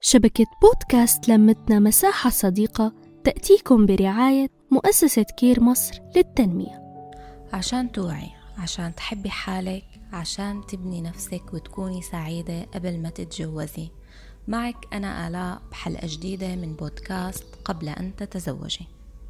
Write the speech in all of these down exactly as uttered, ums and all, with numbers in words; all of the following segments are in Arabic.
شبكة بودكاست لمتنا مساحة صديقة تأتيكم برعاية مؤسسة كير مصر للتنمية. عشان توعي، عشان تحبي حالك، عشان تبني نفسك وتكوني سعيدة قبل ما تتجوزي. معك أنا آلاء بحلقة جديدة من بودكاست قبل أن تتزوجي.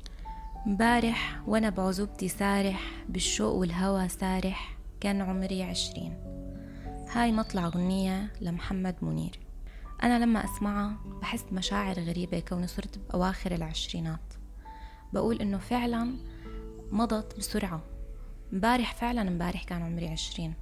مبارح وأنا بعزوبتي سارح بالشوق والهوى سارح، كان عمري عشرين. هاي مطلع أغنية لمحمد منير. أنا لما أسمعها بحس مشاعر غريبة كوني صرت بأواخر العشرينات. بقول إنه فعلا مضت بسرعة. مبارح فعلا مبارح كان عمري عشرين،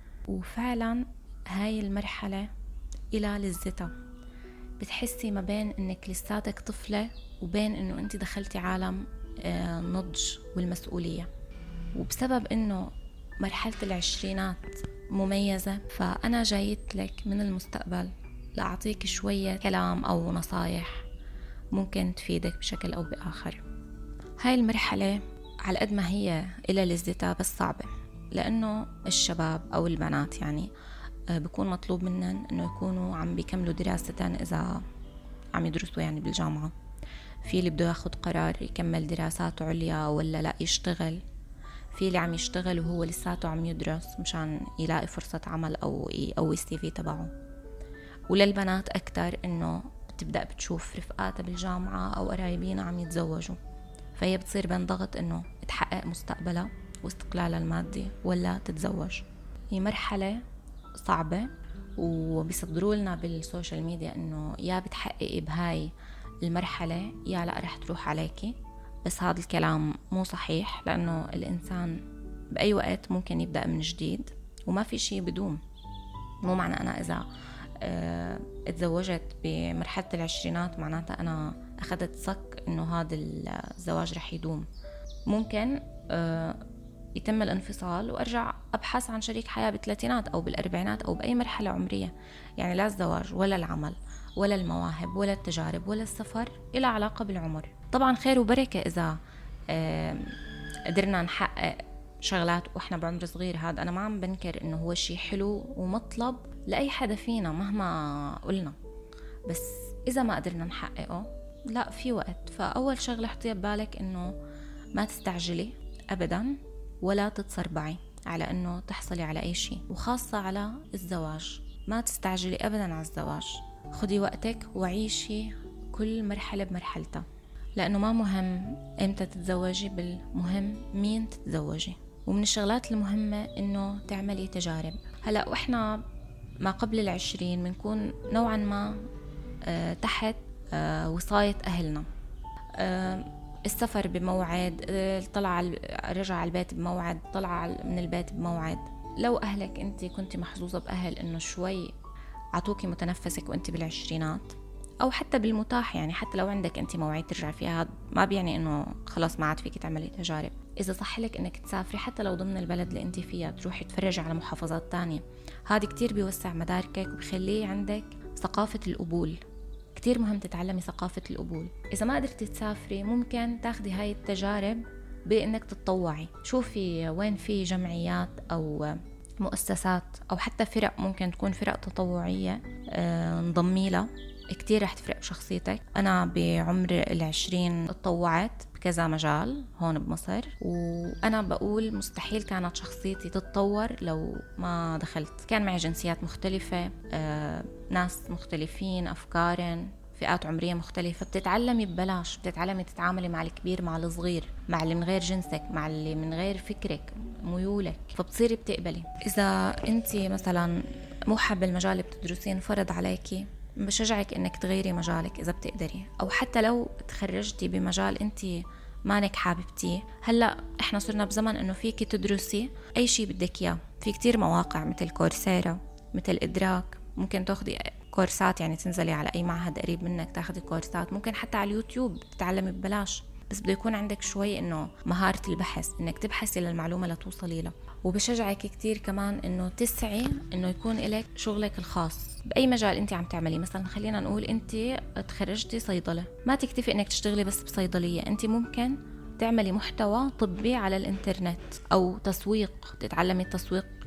وفعلا هاي المرحلة إلى لذتها. بتحسي ما بين إنك لساتك طفلة وبين إنه أنت دخلتي عالم النضج والمسؤولية. وبسبب إنه مرحلة العشرينات مميزة، فأنا جايت لك من المستقبل لأعطيك شوية كلام أو نصايح ممكن تفيدك بشكل أو بآخر. هاي المرحلة على قد ما هي إلى لذتها بس صعبة، لأنه الشباب أو البنات يعني بيكون مطلوب منن إنه يكونوا عم بيكملوا دراستان إذا عم يدرسوا يعني بالجامعة. في اللي بده ياخد قرار يكمل دراسات عليا ولا لا يشتغل، في اللي عم يشتغل وهو لساته عم يدرس مشان يلاقي فرصة عمل أو يقوي السي في تبعه. وللبنات أكتر إنه بتبدأ بتشوف رفقاتها بالجامعة أو قرايبين عم يتزوجوا، فهي بتصير بين ضغط إنه تحقق مستقبلها واستقلالها المادي ولا تتزوج. هي مرحلة صعبة، وبيصدروا لنا بالسوشيال ميديا إنه يا بتحققي بهاي المرحلة يا لا رح تروح عليكي. بس هذا الكلام مو صحيح، لأنه الإنسان بأي وقت ممكن يبدأ من جديد وما في شيء بدوم. مو معنى أنا إذا اه اتزوجت بمرحلة العشرينات معناتها أنا أخذت صك إنه هذا الزواج رح يدوم. ممكن اه يتم الانفصال وأرجع أبحث عن شريك حياة بالثلاثينات أو بالأربعينات أو بأي مرحلة عمرية. يعني لا الزواج ولا العمل ولا المواهب ولا التجارب ولا السفر إلى علاقة بالعمر. طبعا خير وبركة إذا اه قدرنا نحقق شغلات وإحنا بعمر صغير. هذا أنا ما عم بنكر إنه هو شيء حلو ومطلب لأي حدا فينا مهما قلنا، بس إذا ما قدرنا نحققه لا في وقت. فأول شغلة حطيها ببالك إنه ما تستعجلي أبدا ولا تتصربعي على إنه تحصلي على أي شيء، وخاصة على الزواج. ما تستعجلي أبدا على الزواج، خدي وقتك وعيشي كل مرحلة بمرحلتها، لأنه ما مهم إمتى تتزوجي، بالمهم مين تتزوجي. ومن الشغلات المهمة إنه تعملي تجارب. هلأ وإحنا ما قبل العشرين بنكون نوعا ما آه تحت آه وصاية أهلنا. آه السفر بموعد، آه طلع رجع على البيت بموعد، طلع من البيت بموعد. لو أهلك أنت كنت محظوظة بأهل إنه شوي عطوكي متنفسك وأنت بالعشرينات، أو حتى بالمتاح، يعني حتى لو عندك أنت موعد ترجع فيها، ما بيعني إنه خلاص ما عاد فيك تعملي تجارب. إذا صح لك إنك تسافري حتى لو ضمن البلد اللي أنت فيها، تروحي تفرجي على محافظات تانية، هذا كتير بيوسع مداركك وبيخليه عندك ثقافة القبول. كتير مهم تتعلمي ثقافة القبول. إذا ما قدرتي تسافري ممكن تاخدي هاي التجارب بإنك تتطوعي. شوفي وين في جمعيات أو مؤسسات أو حتى فرق، ممكن تكون فرق تطوعية اه انضمي لها، كتير رح تفرق بشخصيتك. أنا بعمر العشرين تطوعت بكذا مجال هون بمصر، وأنا بقول مستحيل كانت شخصيتي تتطور لو ما دخلت. كان معي جنسيات مختلفة، آه، ناس مختلفين، أفكار، فئات عمرية مختلفة. بتتعلمي ببلاش، بتتعلمي تتعاملي مع الكبير مع الصغير، مع اللي من غير جنسك، مع اللي من غير فكرك ميولك، فبتصيري بتقبلي. إذا أنت مثلا مو حابة المجال اللي بتدرسين فرض عليكي، بشجعك انك تغيري مجالك اذا بتقدري، او حتى لو تخرجتي بمجال انت مانك حاببتيه. هلا احنا صرنا بزمن انه فيكي تدرسي اي شيء بدك اياه. في كتير مواقع مثل كورسيرا، مثل ادراك، ممكن تاخدي كورسات، يعني تنزلي على اي معهد قريب منك تاخدي كورسات. ممكن حتى على اليوتيوب تتعلمي ببلاش، بس بده يكون عندك شوي انه مهارة البحث، انك تبحثي للمعلومة لتوصلي لها. وبشجعك كتير كمان انه تسعي انه يكون لك شغلك الخاص باي مجال انت عم تعملي. مثلا خلينا نقول انت تخرجتي صيدلة، ما تكتفي انك تشتغلي بس بصيدلية، انت ممكن تعملي محتوى طبي على الانترنت، او تسويق، تتعلمي التسويق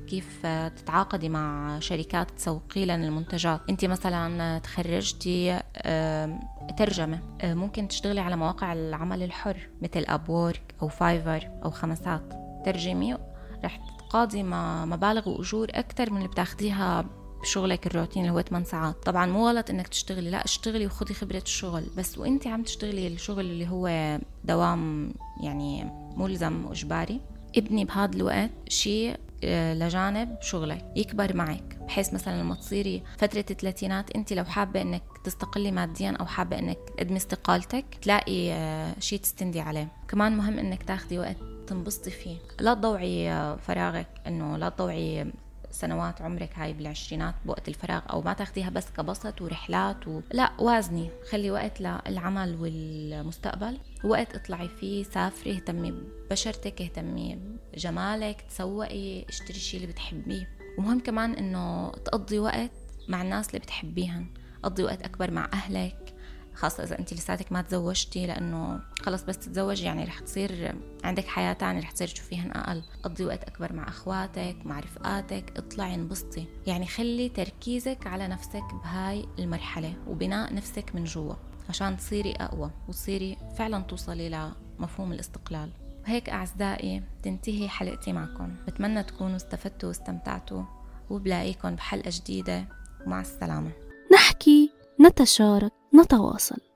كيف تتعاقدي مع شركات تسوقي لنا المنتجات. انت مثلا تخرجتي ترجمة، ممكن تشتغلي على مواقع العمل الحر مثل أبورك أو فايفر أو خمسات، ترجمي رح تقاضي مبالغ وأجور أكتر من اللي بتاخديها بشغلك الروتين اللي هو ثمانية ساعات. طبعا مو غلط انك تشتغلي، لا اشتغلي وخدي خبرة الشغل، بس وانت عم تشتغلي الشغل اللي هو دوام يعني ملزم واجباري، ابني بهذا الوقت شيء لجانب شغلك يكبر معك، بحيث مثلا لما تصيري فترة الثلاثينات انت لو حابة انك تستقلي ماديا او حابة انك تقدمي استقالتك تلاقي شيء تستندي عليه. كمان مهم انك تاخدي وقت تنبسطي فيه، لا تضوعي فراغك، انه لا تضوعي سنوات عمرك هاي بالعشرينات بوقت الفراغ، او ما تاخديها بس كبسط ورحلات و... لا، وازني، خلي وقت للعمل والمستقبل، وقت اطلعي فيه، سافري، اهتمي ببشرتك، اهتمي بجمالك، تسوقي، اشتري الشيء اللي بتحبيه. ومهم كمان انه تقضي وقت مع الناس اللي بتحبيهن، قضي وقت اكبر مع اهلك، خاصة إذا أنت لساتك ما تزوجتي، لأنه خلص بس تتزوج يعني رح تصير عندك حياة تانية رح تصير تشوفيهن أقل. قضي وقت أكبر مع أخواتك، مع رفقاتك، اطلعي انبسطي، يعني خلي تركيزك على نفسك بهاي المرحلة وبناء نفسك من جوا عشان تصيري أقوى وتصيري فعلا توصلي لمفهوم الاستقلال. وهيك أعزائي تنتهي حلقتي معكم، بتمنى تكونوا استفدتوا واستمتعتوا، وبلاقيكم بحلقة جديدة، ومع السلامة. نحكي، نتشارك، نتواصل.